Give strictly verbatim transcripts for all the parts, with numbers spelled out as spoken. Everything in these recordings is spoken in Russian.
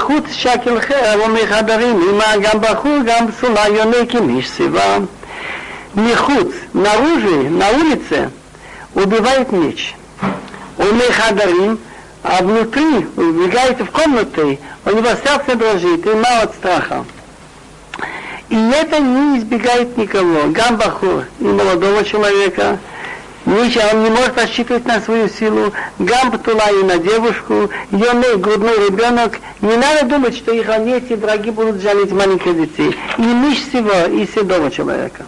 מחוץ שקל חרב ומחדרים, има גם בחור גם פסולה יונק עם איש סיבה. מחוץ, наружу, на улице, убивает меч. ומחדרים, а внутри, убегает в комнаты, у него сердце дрожит, и мало от страха. И это не избегает никого, гам бахур, и молодого человека, ничего, он не может рассчитывать на свою силу, гам птула и на девушку, йоней, грудной ребенок, не надо думать, что их они, эти враги, будут жалить маленьких детей, и миш всего, и седого человека.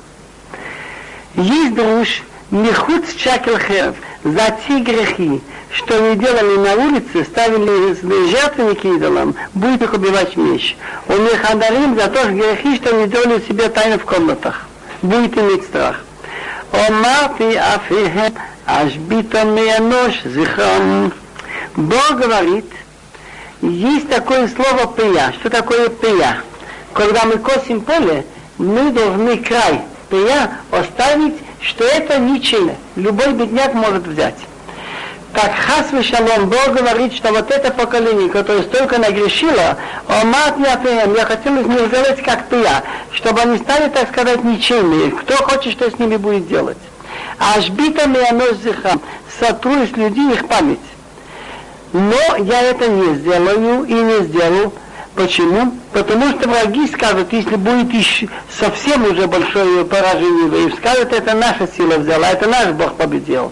Есть друж, мехуц чакел херв, за те грехи, что не делали на улице, ставили жертвенники идолам, будет их убивать меч. У них адарим за то грехи, что не делали себе тайно в комнатах, будет иметь страх. Омарти афихем ашбитом меянош зихрам. Бог говорит, есть такое слово пия. Что такое пия? Когда мы косим поле, мы должны край пия оставить, что это ничего. Любой бедняк может взять. Так хас вешалом, Бог говорит, что вот это поколение, которое столько нагрешило, омат яфеем, я хотел из них сделать как пия, чтобы они стали, так сказать, ничейные. Кто хочет, что с ними будет делать. Ашбитам и анос зихам, сотру из людей их память. Но я это не сделаю и не сделал. Почему? Потому что враги скажут, если будет еще совсем уже большое поражение евреев, скажут, это наша сила взяла, это наш Бог победил.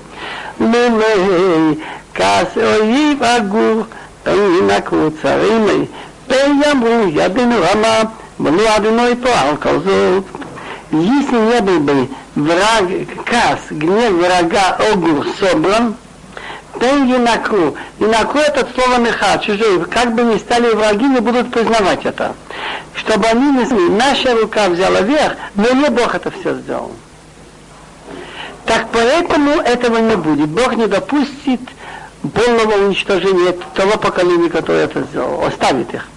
Лулей, кас оив агур, пейнакру царимей, пейямру ядину рама, влу адиной поал колзот. Если не был бы враг, кас, гнев врага огур собран, пейнакру, инакру это слово меха, чужой, как бы ни стали враги, не будут признавать это. Чтобы они не знали, наша рука взяла верх, но не Бог это все сделал. Так поэтому этого не будет. Бог не допустит полного уничтожения того поколения, которое это сделало. Оставит их.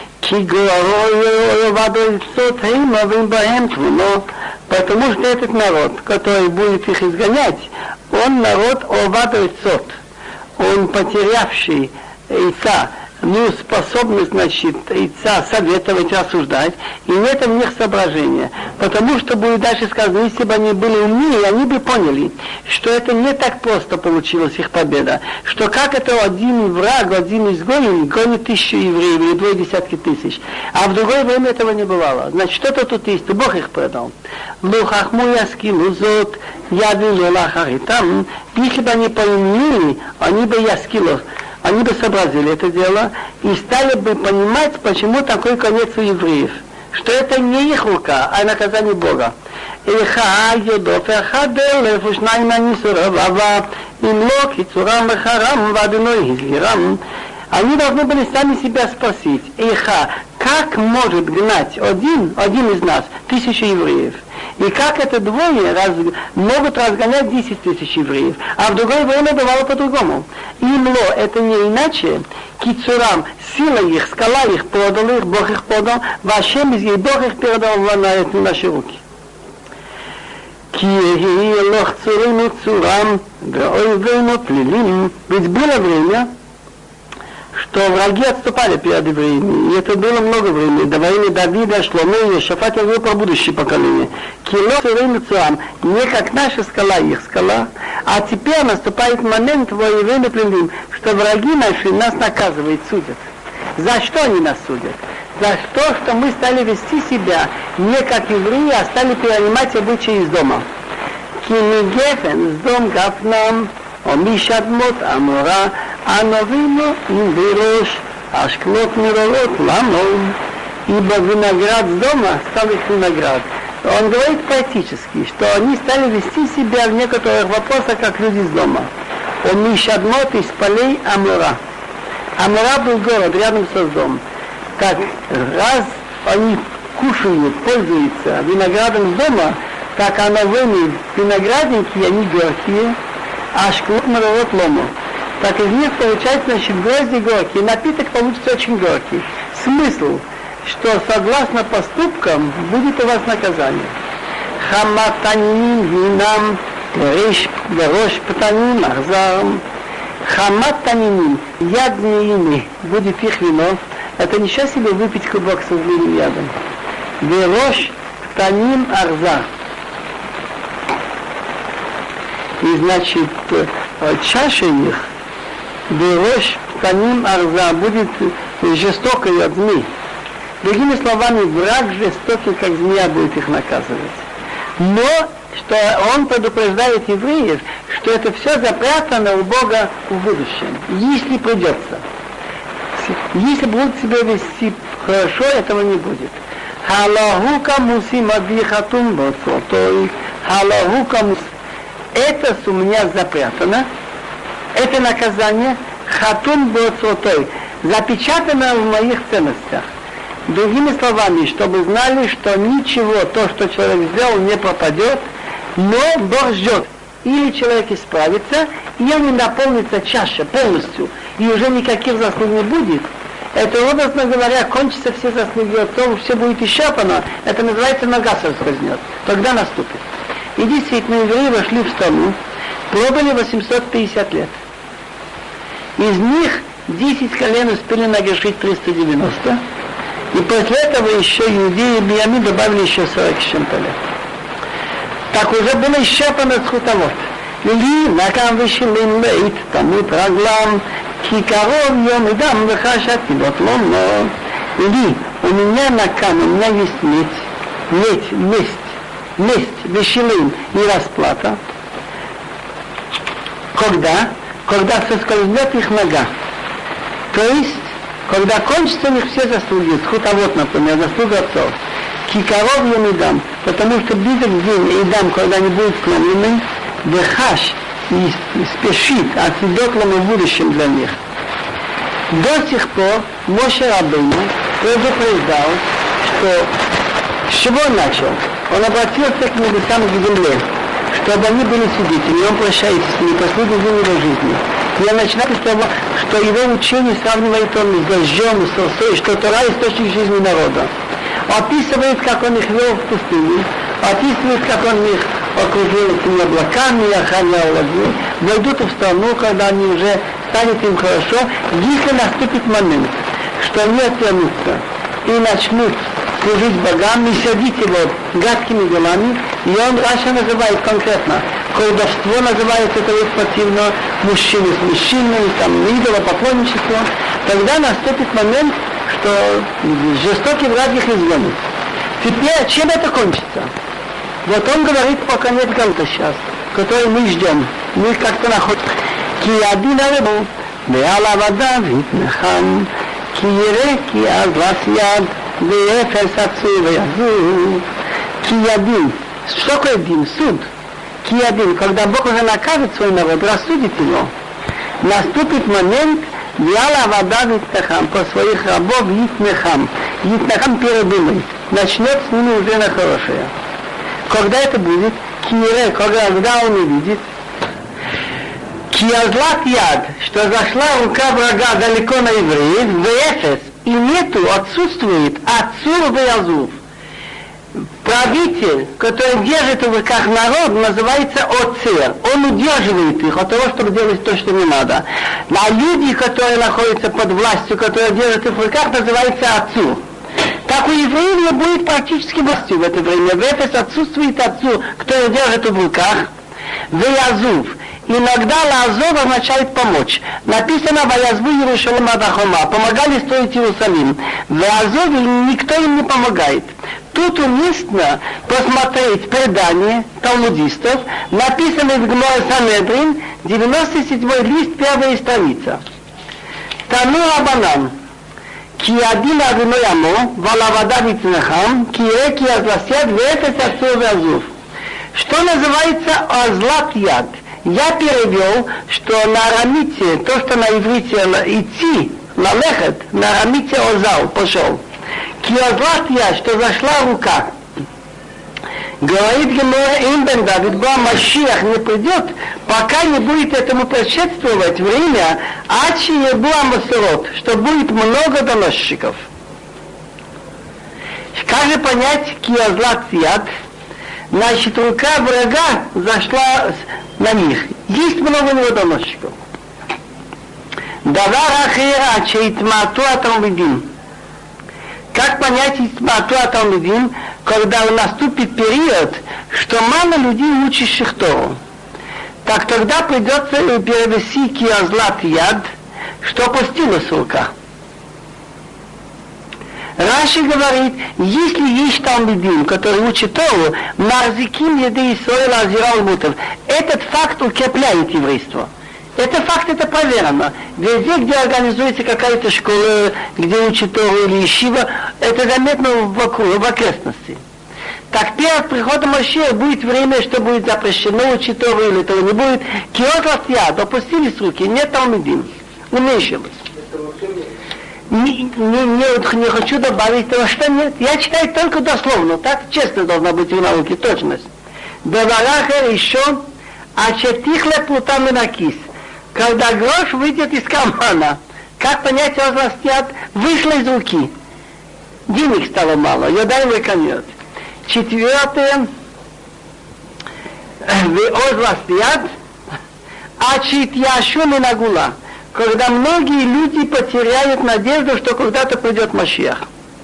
Потому что этот народ, который будет их изгонять, он народ овадойцот. Он потерявший яйца, ну, способность, значит, яйца советовать, осуждать, и нет в них соображения. Потому что будет дальше сказано, если бы они были умнее, они бы поняли, что это не так просто получилась их победа. Что как это один враг, один изгонен, гонит тысячу евреев или двое десятки тысяч. А в другое время этого не бывало. Значит, что-то тут есть, Бог их продал. Лухахму яскилу зот, ядили лахаритам. Если бы они поумнели, они бы яскилу. Они бы сообразили это дело и стали бы понимать, почему такой конец у евреев. Что это не их рука, а наказание Бога. Они должны были сами себя спросить. Эйха, как может гнать один, один из нас, тысячу евреев? И как это двое раз, могут разгонять десять тысяч евреев? А в другое время бывало по-другому. Имло, это не иначе. Кицурам, сила их, скала их подал их, Бог их подал, вашем из ей Бог их передал на наши руки. Ведь было время, что враги отступали перед евреями, и это было много времени, до времени Давида, Шломе, Шафат, я говорю про будущее поколение. Кило время цуам, не как наша скала, их скала, а теперь наступает момент во время пленим, что враги наши нас наказывают, судят. За что они нас судят? За то, что мы стали вести себя не как евреи, а стали перенимать обычаи из дома. Кимигефен, с дом гафнам, омишадмот амора, ановину индирош, ашклот миророт ламом, ибо виноград с дома стал их виноград. Он говорит поэтически, что они стали вести себя в некоторых вопросах, как люди из дома. Омишадмот из полей амора. Амора был город рядом со домом. Так, раз они кушают, пользуются виноградом с дома, так ановины виноградники, они горькие, а шклот миророт ломо. Так из них получается, значит, грозди горькие, напиток получится очень горький. Смысл, что согласно поступкам будет у вас наказание. Хаматаним винам, горош патаним, ахзаром. Хаматаним, яд змеиный, будет их вино. это ничего себе выпить кубок с угольным ядом. Верош таним арза. И значит, чаша их, верош таним арза, будет жестокой от змей. Другими словами, враг жестокий, как змея, будет их наказывать. Но что он предупреждает евреев, что это все запрятано у Бога в будущем, если придется. Если будут себя вести хорошо, этого не будет. Халахука мусим адихатум боцотой. Халахука мусим. Это у меня запрятано. Это наказание хатум боцотой. Запечатано в моих ценностях. Другими словами, чтобы знали, что ничего, то, что человек сделал, не пропадет, но Бог ждет. Или человек исправится, и он не наполнится чаша полностью, и уже никаких заслуг не будет. Это, образно говоря, кончатся все заслуги отцов, все будет исчерпано. Это называется нога соскользнет. Тогда наступит. И действительно, евреи вошли в страну, пробыли восемьсот пятьдесят лет. Из них десять колен успели нагрешить триста девяносто. И после этого еще иудеи и Беньямин добавили еще сорок с чем-то лет. Так уже было исчерпано схутовод. Ли накам вишилим лейт тамут раглам кикаров йом и дам выхашат тибот ломно. Ли у меня накам, у меня есть медь, медь, месть, месть, вишилим и расплата. Когда? Когда соскользнет их нога. То есть когда кончатся у них все заслуги, схутовод, например, заслуга отцов, кикаров я не дам, потому что близок день и дам, когда они будут сломлены, выхаш и спешит отсидоклом в будущем для них. До сих пор Моше Рабейну предупреждал, что с чего он начал? Он обратился к небесам, к земле, чтобы они были свидетелями, он прощается с ними последний день его жизни. Я начинаю с того, что его учение сравнивает он с дождем, с росой, что Тора — источник жизни народа. Описывает, как он их вел в пустыне, описывает, как он их окружил этими облаками, охранял ладью. Войдут в страну, когда они уже станет им хорошо, если наступит момент, что они отвернутся и начнут служить богам, не сердить его гадкими делами, и он Раша называет конкретно. Колдовство называется, это вот противно, мужчины с мужчинами, там, идолопоклонничество. Тогда наступит момент, что жестокий враг их изгонит. Теперь, чем это кончится? Вот он говорит про конец Галта сейчас, который мы ждем. Мы как-то находим. Ки один арабу, веала вода витнехам, ки ере, ки азлас яд, веефес отцу веязу, ки ядин. Что такое дин? Суд. Киядин, когда Бог уже накажет свой народ, рассудит его, наступит момент, вяла вода витнехам, по своих рабов витнехам, витнехам передумает, начнет с ними уже на хорошее. Когда это будет? Кире, когда, когда он увидит, киазлат яд, что зашла рука врага далеко на евреев, веефес, и нету, отсутствует, отцур веязув. Правитель, который держит в руках народ, называется оцер. Он удерживает их от того, чтобы делать то, что не надо. А люди, которые находятся под властью, которые держат их в руках, называется отцу. Так у евреев не будет практически власти в это время. В Эфес отсутствует отцу, который держит в руках. Веязув. Иногда лазов означает помочь. Написано «Ваязву Иерушалим Адахома». Помогали строить Иерусалим. В Азове никто им не помогает. Тут уместно посмотреть предание талмудистов, написанное в Гморе Санедрин, девяносто седьмой лист, первая страница. Тану Рабанан. Ки один адиной амо, валавада витнехам, ки реки азласяд, веефес отцов Азов. Что называется азлат яд? Я перевел, что на арамите, то, что на иврите идти, лалехет, на арамите озал, пошел. Киозлат я, что зашла рука. Говорит Гемора, им бен Давид, Ба Машиах не придет, пока не будет этому предшествовать время, ачи не было масурот, что будет много доносчиков. Как же понять киозлат яд? Значит, рука врага зашла на них. Есть много у него доносчиков. Давар ахира, чейтмату атамвидим. Как понять Ату Талмидим, когда наступит период, что мало людей, учащих Тору? Так тогда придется перевести киозлат яд, что опустилась рука. Раши говорит, если есть талмидим, который учит Тору, марзиким еды Исраэля азирал мутов, этот факт укрепляет еврейство. Это факт, это проверено. Везде, где организуется какая-то школа, где учат Тору или ешива, это заметно вокруг, в окрестности. Так перед приходом Машиаха будет время, что будет запрещено учить Тору или того не будет. Киозлат яд, опустились руки, нет талмидим, уменьшилось. Не, не, не, не хочу добавить того, что нет. Я читаю только дословно, так честно должна быть в науке, точность. Бевараха еще, а четихле плутам и накис. Когда грош выйдет из кармана, как понять, озластят, вышло из руки. Денег стало мало, йодай выконет. Четвертое, озластят, а читьяшу не нагула. Когда многие люди потеряют надежду, что когда-то придет Машиах.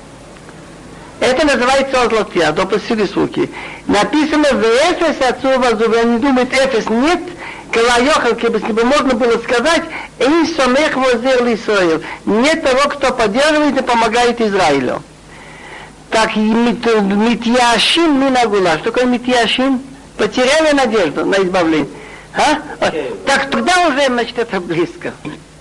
Это называется озлатья, допустили руки. Написано в Эфес отцу вазу, они думают, Эфес нет, Калайохал, если бы можно было сказать, «Эй, сомех возер Исраил». Нет того, кто поддерживает и помогает Израилю. Так, митьяшин минагула. Что такое митьяшин? Потеряли надежду на избавление. А? Okay. Так тогда уже, значит, это близко.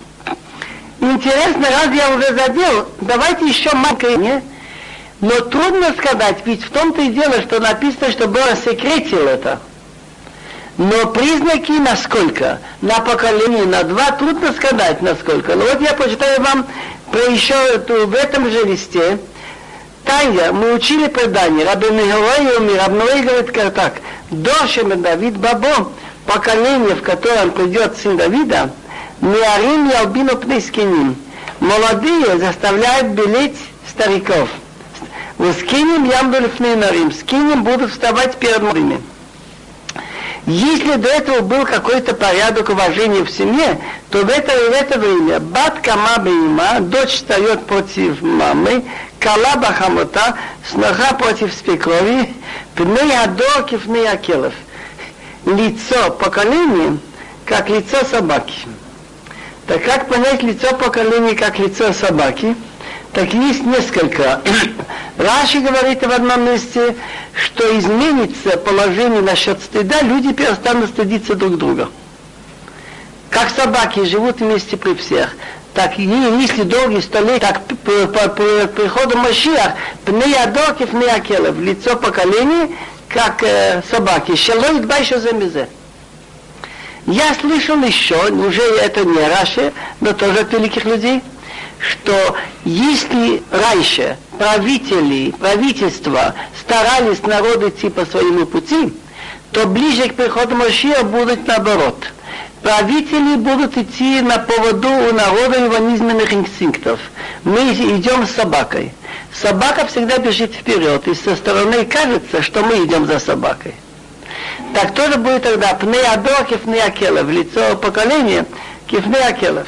Интересно, раз я уже задел, давайте еще маленькое. Но трудно сказать, ведь в том-то и дело, что написано, что Бог секретил это. Но признаки насколько? На поколение, на два, трудно сказать насколько. Но вот я почитаю вам про еще в этом же листе. Таня, мы учили предание. Рабби Мегилой, Рабби Ной говорит как так. Дошем Давид Бабо, поколение, в котором придет сын Давида, Миарим Ялбину Пнескиним. Молодые заставляют белеть стариков. Скинем ямдулифны нарим. Скинем будут вставать перед молодыми. Если до этого был какой-то порядок уважения в семье, то в это, в это время бат кама бейма, дочь встает против мамы, кала бахамота, сноха против свекрови, пней адор кифней акелов. Лицо поколения, как лицо собаки. Так как понять лицо поколения, как лицо собаки? Так есть несколько. Раши говорит в одном месте, что изменится положение насчет стыда, люди перестанут стыдиться друг друга. Как собаки живут вместе при всех. Так если долгие столетия, так по, по, по приходу Машиах, пнеядок и пнеякелев, лицо поколения, как э, собаки. Шелой дбайшо замезе. Я слышал еще, уже это не Раши, но тоже от великих людей, что если раньше правители, правительства старались народ идти по своему пути, то ближе к приходу Машиаха будут наоборот. Правители будут идти на поводу у народа его низменных инстинктов. Мы идем с собакой. Собака всегда бежит вперед, и со стороны кажется, что мы идем за собакой. Так тоже будет тогда пнеядо кифнеякелев, лицо поколения кифнеякелев.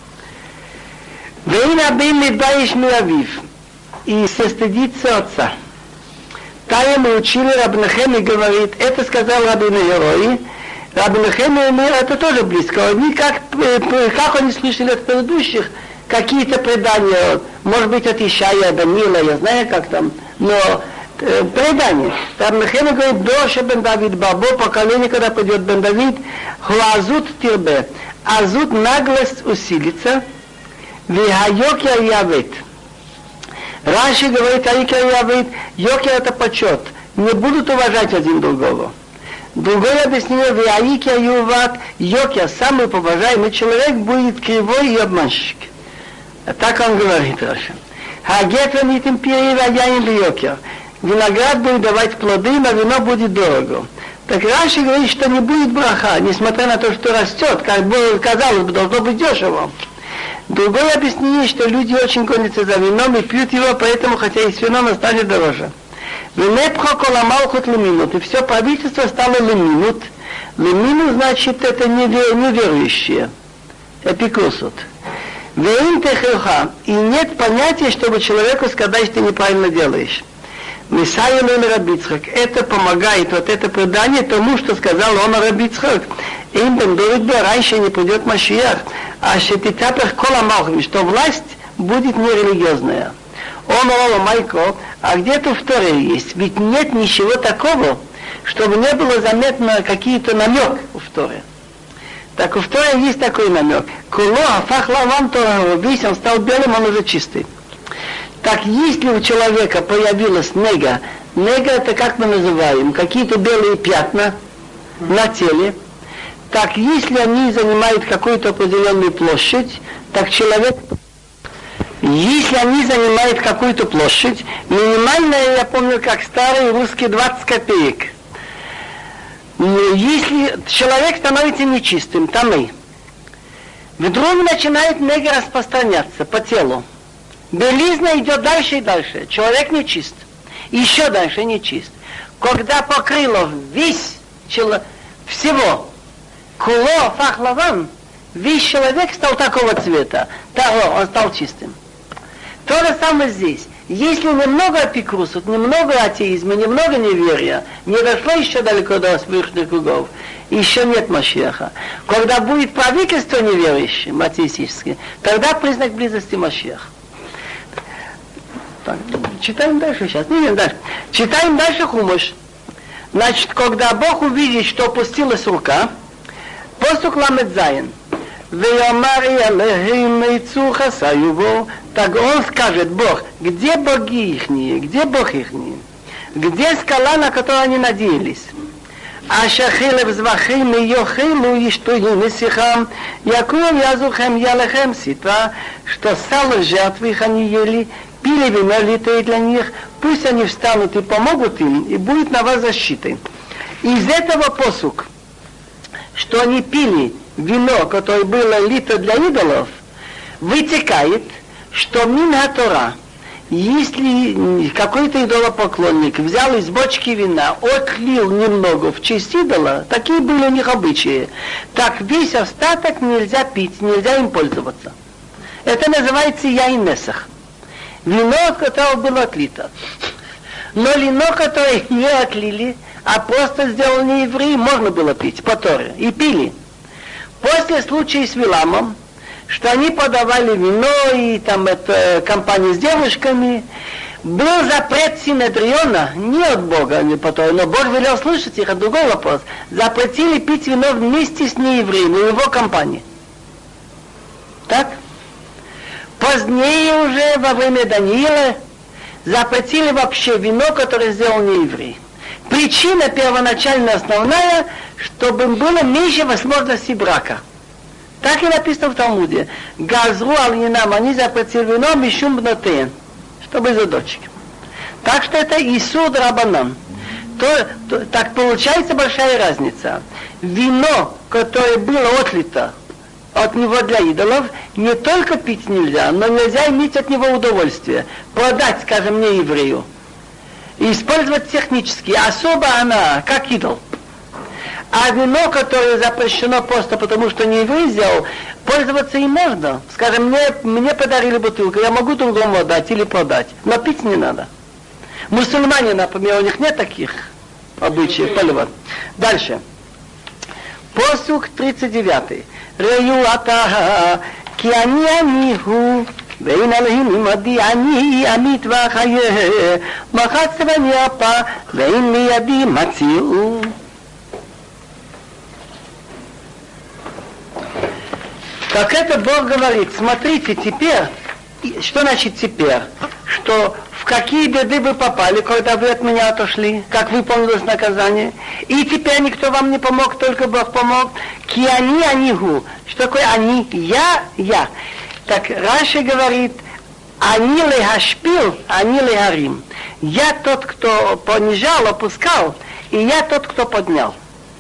Вейна бейли даиш миавив, и состыдится отца. Тая мы учили, Рабби Нехемия говорит, это сказал Рабби Герой. Рабби Нехемия, это тоже близко. Они как, как они слышали от предыдущих, какие-то предания, может быть от Ишая, Данила, я знаю как там, но э, предания. Рабби Нехемия говорит, Доша бен Давид Бабо, поколение, когда придет бен Давид, хуазут тирбе, азут наглость усилится, вихайокер явит. Раши говорит, айкер явит, йокер это почет. Не будут уважать один другого. Другое объяснение, вихайокер юват, йокер, самый поважаемый человек, будет кривой и обманщик. Так он говорит, Раши. Хагефер нитим пири ваяин йокер. Виноград будет давать плоды, но вино будет дорого. Так Раши говорит, что не будет браха, несмотря на то, что растет, как бы казалось бы, должно быть дешево. Другое объяснение, что люди очень гонятся за вином и пьют его, поэтому, хотя есть вино, но станет дороже. И все правительство стало леминут. Леминут значит, это неверующие. Эпикусут. И нет понятия, чтобы человеку сказать, что ты неправильно делаешь. Это помогает, вот это предание тому, что сказал он Раби Ицхак. Им бен Давид бе, раньше не придет Машиах, а шетитапер кола малхим, что власть будет нерелигиозная. Он Рова Майко, а где-то в Торе есть, ведь нет ничего такого, чтобы не было заметно какие-то намек в Торе. Так в Торе есть такой намек. Куло афах лаван Тора, весь он стал белым, он уже чистый. Так если у человека появилась нега, нега это как мы называем, какие-то белые пятна на теле, так если они занимают какую-то определенную площадь, так человек, если они занимают какую-то площадь, минимальная, я помню, как старый русский двадцать копеек. Если человек становится нечистым, тамы, вдруг начинает нега распространяться по телу. Белизна идет дальше и дальше. Человек не чист. Еще дальше не чист. Когда покрыло весь человек, всего, куло фахлаван, весь человек стал такого цвета. Того, он стал чистым. То же самое здесь. Если немного апикрусов, немного атеизма, немного неверия, не дошло еще далеко до верхних кругов, еще нет Машиаха. Когда будет правительство неверующим, атеистическое, тогда признак близости Машиаха. Так, читаем дальше сейчас. Не видим дальше. Читаем дальше Хумаш. Значит, когда Бог увидит, что опустилась рука, посук ламет зайн. Так он скажет, Бог, где боги ихние, где Бог ихние, где скала, на которую они надеялись? А шахилев звахим и йохилу и что им сихам, якум язухем ялехем ситва, что сало жертвы их они ели, пили вино литое для них, пусть они встанут и помогут им, и будет на вас защитой. Из этого посук, что они пили вино, которое было лито для идолов, вытекает, что минха Тора, если какой-то идолопоклонник взял из бочки вина, отлил немного в честь идола, такие были у них обычаи, так весь остаток нельзя пить, нельзя им пользоваться. Это называется яйнесах. Вино, от которого было отлито. Но вино, которое не отлили, а просто сделали евреи, можно было пить по Торе. И пили. После случая с Виламом, что они подавали вино и там это компании с девушками, был запрет Синедриона, не от Бога, не по Торе, но Бог велел слышать их, а другой вопрос. Запретили пить вино вместе с неевреями, в его компании. Так? Позднее уже, во время Даниила, запретили вообще вино, которое сделал нееврей. Причина первоначальная, основная, чтобы было меньше возможности брака. Так и написано в Талмуде. Газру аль-Янам, они запретили вино, мишум бнотеен, чтобы из-за дочки. Так что это Исуд Рабанан. То, то, так получается большая разница. Вино, которое было отлито от него для идолов, не только пить нельзя, но нельзя иметь от него удовольствие. Продать, скажем, не еврею. И использовать технически. Особо она, как идол. А вино, которое запрещено просто потому, что не еврей сделал, пользоваться им можно. Скажем, мне, мне подарили бутылку, я могу другому отдать или продать. Но пить не надо. Мусульмане, например, у них нет таких обычаев. Поливать. Дальше. Посук тридцать девятый. Рею атаха, ки ани ани ху, ואין אלוהים עמדי אני עמית ואחיה, מחץ ונאפה, ואין לידי מציאו. Так это Бог говорит, смотрите, теперь, что значит теперь? Что в какие беды вы попали, когда вы от меня отошли, как выполнилось наказание, и теперь никто вам не помог, только Бог помог. Ки они анигу. Что такое они? Я, я. Так Раши говорит, они лехашпил, они лехарим. Я тот, кто понижал, опускал, и я тот, кто поднял.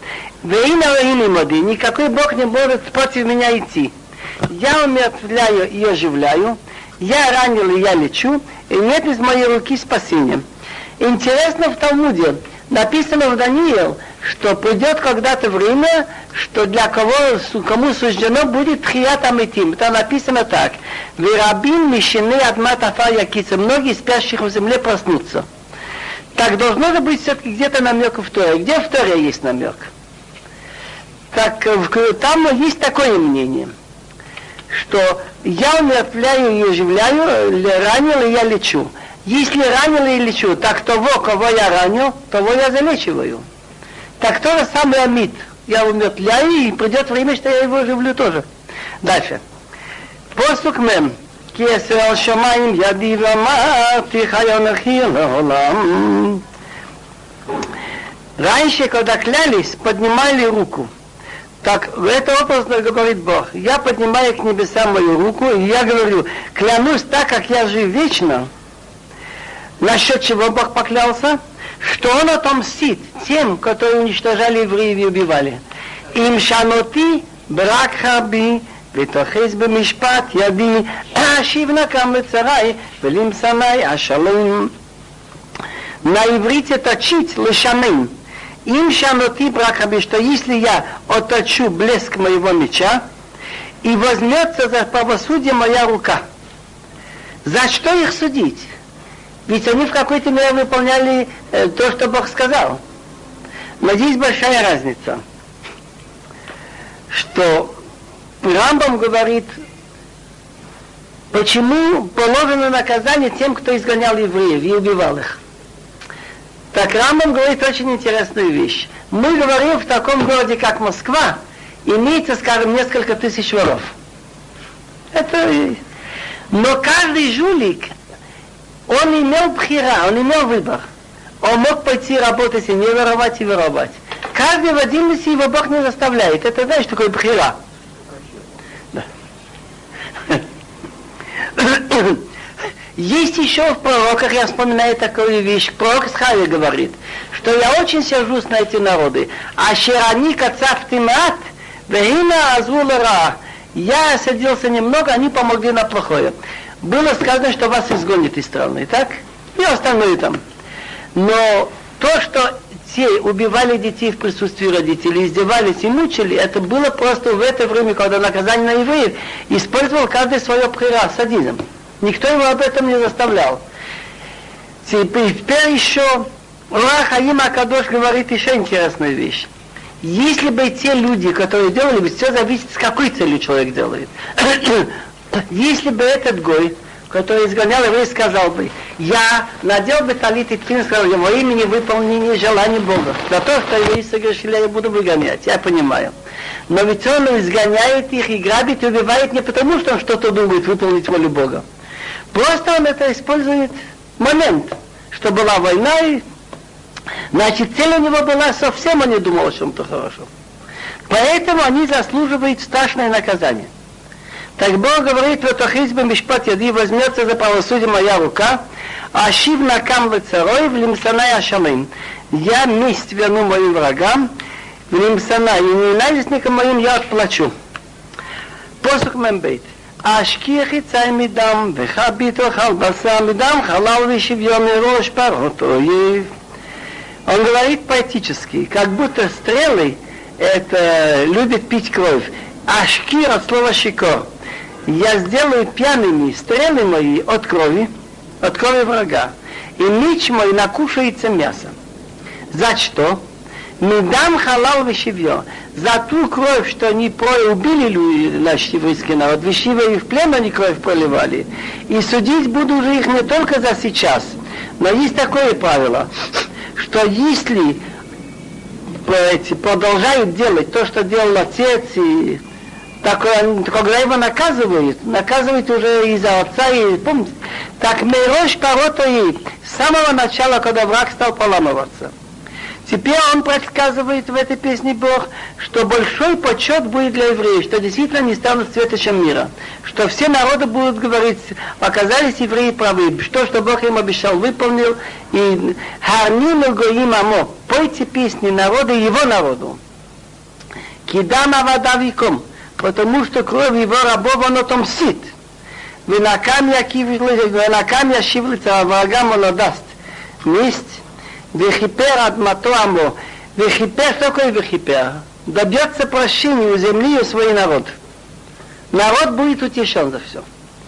Никакой Бог не может против меня идти. Я умертвляю и оживляю, я ранил и я лечу, и нет из моей руки спасения. Интересно в Талмуде, написано в Даниил, что придет когда-то время, что для кого, кому суждено будет тхият амитим. Это написано так. Верабин мишины адмат афар якица. Многие спящих в земле проснутся. Так должно же быть все-таки где-то намек в Торе. Где в Торе есть намек? Так там есть такое мнение, что я умертвляю и оживляю, ранил и я лечу. Если ранил и лечу, так того, кого я ранил, того я залечиваю. Так то же самое амит. Я умертвляю, и придет время, что я его оживлю тоже. Дальше. Посук мем. Кесер шамаим яди вамати хайонахи лаолам. Раньше, когда клялись, поднимали руку. Так, это образно говорит Бог. Я поднимаю к небесам мою руку, и я говорю, клянусь так, как я жив вечно. Насчет чего Бог поклялся? Что Он отомстит тем, которые уничтожали евреев и убивали. Им шаноти брак хаби, ותחז במשפט ידי, אשיב נקם לצרי, ולמסמי השלום. На иврите точить лешамен. Им шаноти бракаби, что если я отточу блеск моего меча, и возьмется за правосудие моя рука. За что их судить? Ведь они в какой-то мере выполняли э, то, что Бог сказал. Но здесь большая разница. Что Рамбам говорит, почему положено наказание тем, кто изгонял евреев и убивал их. Так Рамбам говорит очень интересную вещь. Мы говорим, в таком городе, как Москва, имеется, скажем, несколько тысяч воров. Это... Но каждый жулик, он имел бхира, он имел выбор. Он мог пойти работать и не воровать, и воровать. Каждый в отдельности его Бог не заставляет. Это, знаешь, такое бхира. Да. Есть еще в пророках, я вспоминаю такую вещь, пророк Исхая говорит, что я очень сержусь на эти народы. Ашерани кацав тимат, вегина азулара. Я садился немного, они помогли на плохое. Было сказано, что вас изгонят из страны, так? И остальное там. Но то, что те убивали детей в присутствии родителей, издевались и мучили, это было просто в это время, когда наказание на евреев использовал каждый свое прира, садизм. Никто его об этом не заставлял. Теперь, теперь еще Рахаим Акадош говорит еще интересную вещь. Если бы те люди, которые делали, все зависит, с какой целью человек делает. Если бы этот гой, который изгонял евреев, сказал бы, я надел бы талит и тфилин, сказал, во имени выполнения желаний Бога. За то, что евреи согрешили, я буду выгонять, я понимаю. Но ведь он изгоняет их и грабит, и убивает не потому, что он что-то думает выполнить волю Бога. Просто он это использует момент, что была война, и значит, цель у него была совсем, он не думал о чем-то хорошем. Поэтому они заслуживают страшное наказание. Так Бог говорит, вот охизбе мишпат яди, возьмется за правосудие моя рука, ашив накам лецарой, в лимсанай ашамим. Я месть верну моим врагам, в лимсанай, и ненавистникам моим я отплачу. Посух мембейт. אשכיח יצאי מדם, וחבית אוכל בשר מדם, халал ושוויון מראש פרות אויב. Он говорит поэтически, как будто стрелы это любят пить кровь. Ашкир от слова шикор. Я сделаю пьяными стрелы мои от крови, от крови врага. И меч мой накушается мясом. За что? Медам халал вешивьё. За ту кровь, что они убили наш еврейский народ, вешивьё и в плен они кровь проливали. И судить буду уже их не только за сейчас, но есть такое правило, что если эти, продолжают делать то, что делал отец, и такое, когда его наказывают, наказывают уже из-за отца, и помните, так Мирош Паротои, с самого начала, когда враг стал поламываться. Теперь он предсказывает в этой песне Бог, что большой почет будет для евреев, что действительно не станут светочем мира, что все народы будут говорить, оказались евреи правы, что, что Бог им обещал, выполнил, и харнину гоим амо, пойте песни народа его народу. Кидам авадавиком, потому что кровь его рабов он отомстит. Венакам яшив лица, врагам он отдаст месть. Вехипер адмато амо, Вехипер, что такое вехипер? Добьется прощения у земли и у свой народ. Народ будет утешен за все.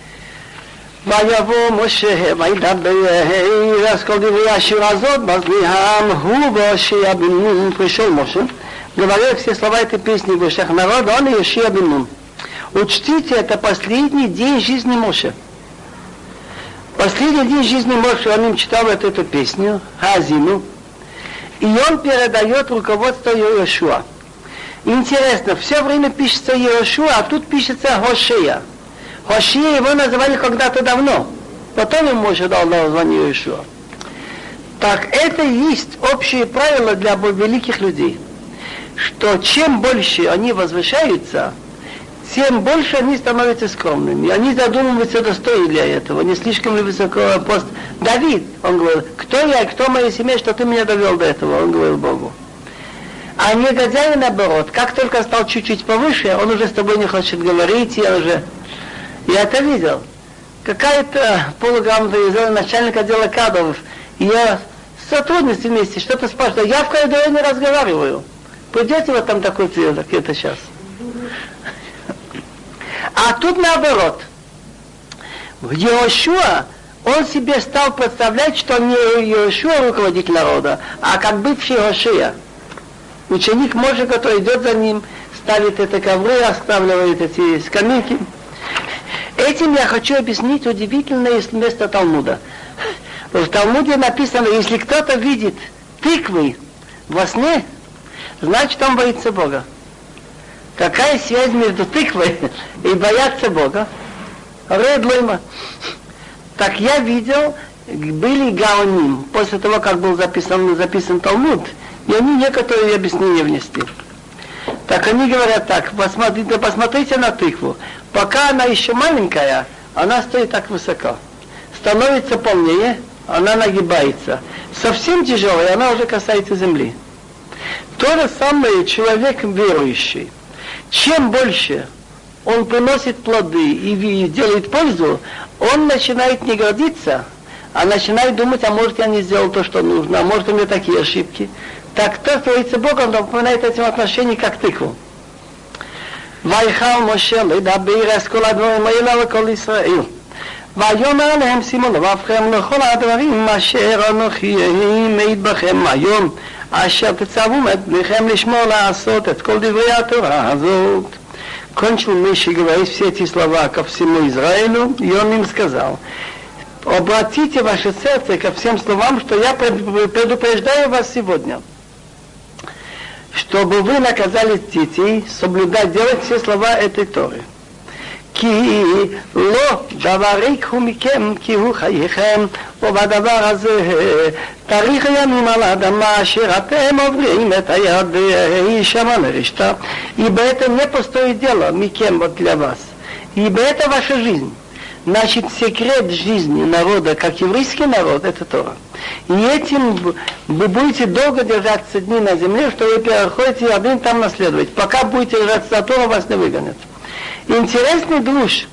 ויבוא משה וידבר אז כל דברי השיר הזאת בזליהם הוא והושיע בן נון. Пришел Моше, говорил все слова этой песни в ушах народа, он и Йошия бен Нун. Учтите, это последний день жизни Моше. Последний день жизни Моше, он им читал вот эту песню, Хазину, и он передает руководство Йошуа. Интересно, все время пишется Йошуа, а тут пишется Хошея. Хошея его называли когда-то давно, потом ему Моше дал название Йошуа. Так это и есть общее правило для великих людей, что чем больше они возвышаются, тем больше они становятся скромными. Они задумываются, достоин ли этого, не слишком ли высоко пост. Давид, он говорил, кто я и кто моя семья, что ты меня довел до этого, он говорил Богу. А негодяй наоборот, как только стал чуть-чуть повыше, он уже с тобой не хочет говорить, я уже... Я это видел. Какая-то полуграмотная начальник отдела кадров, я с сотрудницей вместе что-то спрашиваю, я в коридоре не разговариваю. Придете вот там такой цвет, это сейчас. А тут наоборот. Йошуа, он себе стал представлять, что не Йошуа руководитель народа, а как бывший Хошея. Ученик Моше, который идет за ним, ставит это ковры, оставляет эти скамейки. Этим я хочу объяснить удивительное место Талмуда. В Талмуде написано, если кто-то видит тыквы во сне, значит он боится Бога. Какая связь между тыквой и бояться Бога? Редлойма. Так я видел, были гаоним, после того, как был записан, записан Талмуд, и они некоторые объяснения внесли. Так они говорят так, посмотрите, посмотрите на тыкву. Пока она еще маленькая, она стоит так высоко. Становится полнее, она нагибается. Совсем тяжелая, она уже касается земли. То же самое человек верующий. Чем больше он приносит плоды и делает пользу, он начинает не гордиться, а начинает думать, а может я не сделал то, что нужно, а может у меня такие ошибки. Так кто боится Бога, он напоминает этим отношениям как тыкву. ויכל משה לדבר את כל הדברים האלה לכל ישראל. ויאמר להם שימו לבבכם לכל הדברים אשר אנוכי מעיד בכם היום, אשר תצוו את בניכם לשמור לעשות את כל דברי התורה הזאת. Кончил Моше говорить все эти слова ко всему Израилю, и он им сказал, обратите ваше сердце ко всем словам, что я предупреждаю вас сегодня, чтобы вы наказали детей соблюдать, делать все слова этой Торы. כי לא דבר יקחו מכם כי הוא חייכם ובדבר הזה תאריך הימים על האדמה אשר אתם עוברים את היד שמה לרשתה, ибо это не пустое дело מכם вот для вас, ибо это ваша жизнь. Значит, секрет жизни народа, как еврейский народ, это Тора. И этим вы будете долго держаться дни на земле, что вы переходите один там наследовать. Пока будете держаться за Тору, вас не выгонят. Интересный друж.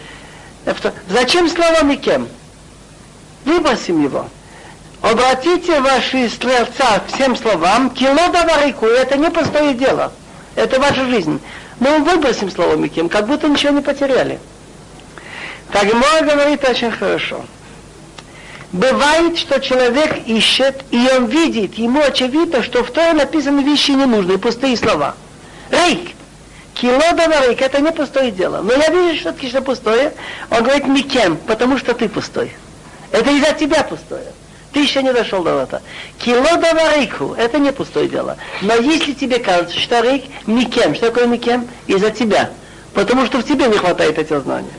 Зачем слово «микем»? Выбросим его. Обратите ваши сердца к всем словам. Кило даварику, это не пустое дело. Это ваша жизнь. Мы выбросим слово «микем», как будто ничего не потеряли. Так Гемара говорит очень хорошо. Бывает, что человек ищет, и он видит, ему очевидно, что в Торе написаны вещи ненужные, пустые слова. Рейк. Килодова рейк, это не пустое дело. Но я вижу, что это что пустое. Он говорит «микем», потому что ты пустой. Это из-за тебя пустое. Ты еще не дошел до этого. Килодова рейку, это не пустое дело. Но если тебе кажется, что рейк «микем», что такое «микем»? Из-за тебя. Потому что в тебе не хватает этих знаний.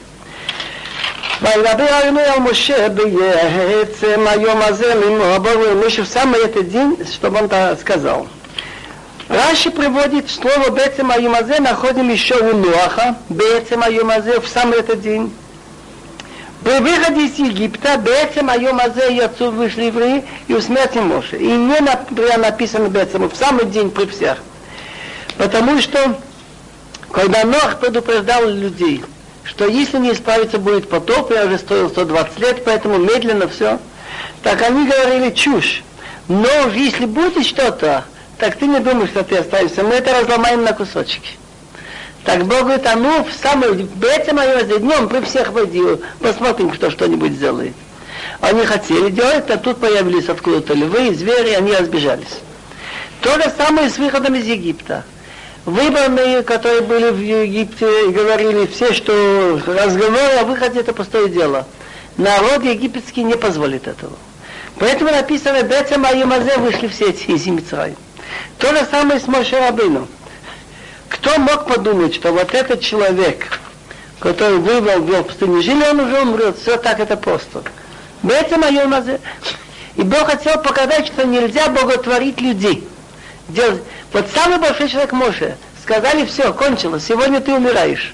וידבר אדוני על משה בעצם היום הזה למעבור Моше в самый этот день, чтобы он так сказал. Раши приводит слово «бецем айомазе», находим еще у Ноаха, «бецем айомазе» в самый этот день. При выходе из Египта «бецем айомазе» яцу вышли евреи и у смерти Моше. И не написано «бецем», в самый день при всех. Потому что, когда Ноах предупреждал людей, что если не исправиться, будет потоп, я уже стоил сто двадцать лет, поэтому медленно все. Так они говорили чушь. Но если будет что-то, так ты не думаешь, что ты останешься, мы это разломаем на кусочки. Так Бог говорит, а ну, в самый, в этом моем днем при всех водил, посмотрим, кто что-нибудь сделает. Они хотели делать, а тут появились откуда-то львы, звери, они разбежались. То же самое с выходом из Египта. Выбранные, которые были в Египте, говорили все, что разговоры о выходе это пустое дело. Народ египетский не позволит этого. Поэтому написано, «Бецем аюмазе» вышли все эти из Мицраима. То же самое с Моше Рабейну. Кто мог подумать, что вот этот человек, который вывел, вел в пустыне, жили, он уже умрет. Все так это просто. «Бецем аюмазе». И Бог хотел показать, что нельзя боготворить людей. Делать. Вот самый большой человек Моше. Сказали, все, кончилось, сегодня ты умираешь.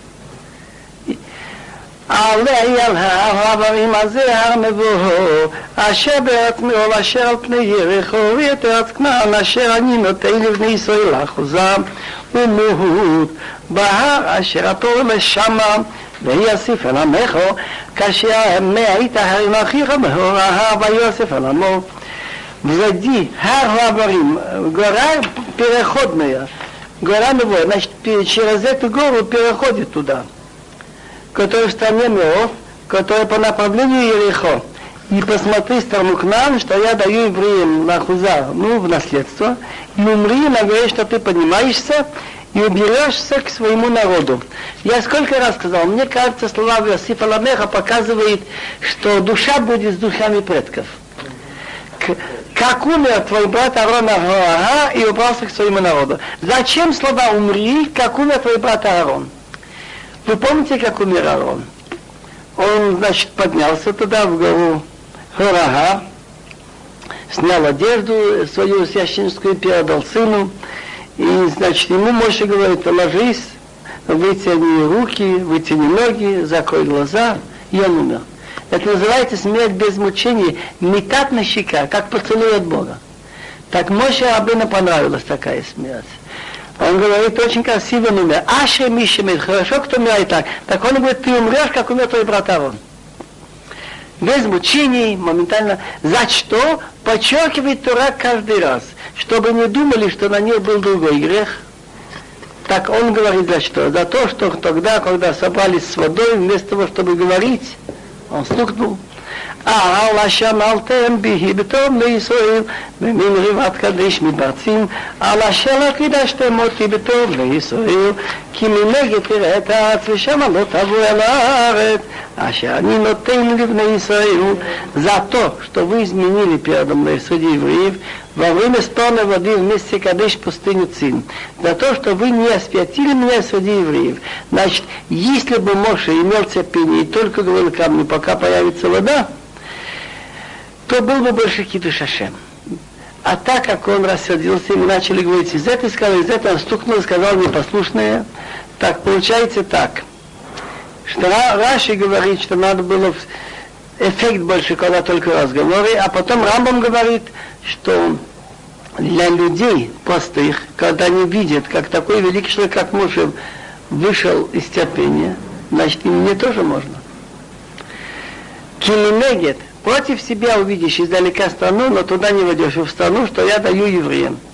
עלי על העברים הזה הר מבוהו אשר בארץ מאוב אשר על פני יריחו ואת ארץ כנען אשר אני נותן לבני ישראל לאחוזם ומות בהר אשר התור לשמה ויוסיף אל עמך כאשר היית הרים אחיך בהור ההר ויוסיף אל עמו взади хар Хаварим, гора переходная, гора Мево, значит через эту гору переходит туда, которая в стране Мео, которая по направлению Ерихо. И посмотри страну Кнаан, что я даю евреям на Хуза, ну, в наследство, и умри на горе, что ты поднимаешься и уберешься к своему народу. Я сколько раз сказал, мне кажется, слова Иосифа Ламеха показывает, что душа будет с душами предков. Как умер твой брат Аарон ага, и убрался к своему народу. Зачем слова «умри», как умер твой брат Аарон? Вы помните, как умер Аарон? Он, значит, поднялся туда, в гору Хорага, снял одежду свою священническую, передал сыну, и, значит, ему Моше говорит, ложись, вытяни руки, вытяни ноги, закрой глаза, и он умер. Это называется смерть без мучений, метат на щека, как поцелуй от Бога. Так Моше Рабейну понравилась такая смерть. Он говорит, очень красиво он умер. Аше Мишемет, хорошо, кто умирает так. Так он говорит, ты умрешь, как умер твой брат Аарон. Без мучений, моментально. За что? Подчеркивает Тора каждый раз. Чтобы не думали, что на них был другой грех. Так он говорит за что? За то, что тогда, когда собрались с водой, вместо того, чтобы говорить, он стукнул. А על אשר מלתם בי בתום לישראל במין ריבת קדש מתברצים על אשר לא קידשתם אותי בתום לישראל כי מנגד תראה את הארץ ושמה לא תבוא אל הארץ אשר אני נותן לבני ישראל за то, что вы изменили передо мной среди евреев во время спорной воды вместе Кадеш пустыню Цин. За то, что вы не освятили меня среди евреев. Значит, если бы Моше имел терпение и только говорил камню, пока появится вода, то был бы больше кидуш Ашем. А так как он рассердился, и мы начали говорить из этой сказал, из этого он стукнул и сказал непослушное, так получается так, что Раши говорит, что надо было эффект больше, когда только разговоры, а потом Рамбам говорит, что для людей простых, когда они видят, как такой великий человек, как Моше, вышел из терпения, значит, и мне тоже можно. Килимегет, против себя увидишь издалека страну, но туда не войдешь в страну, что я даю евреям.